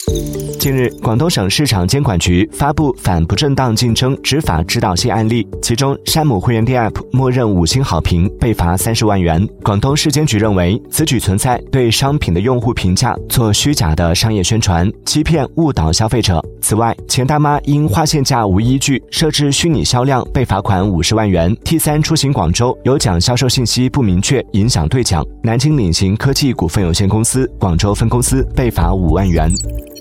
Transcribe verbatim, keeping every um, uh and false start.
近日，广东省市场监管局发布反不正当竞争执法指导性案例，其中山姆会员店 App 默认五星好评，被罚三十万元。广东市监局认为，此举存在对商品的用户评价做虚假的商业宣传，欺骗误导消费者。此外，钱大妈因划线价无依据设置虚拟销量被罚款五十万元。T 三出行广州有奖销售信息不明确，影响兑奖。南京领行科技股份有限公司广州分公司被罚五万元。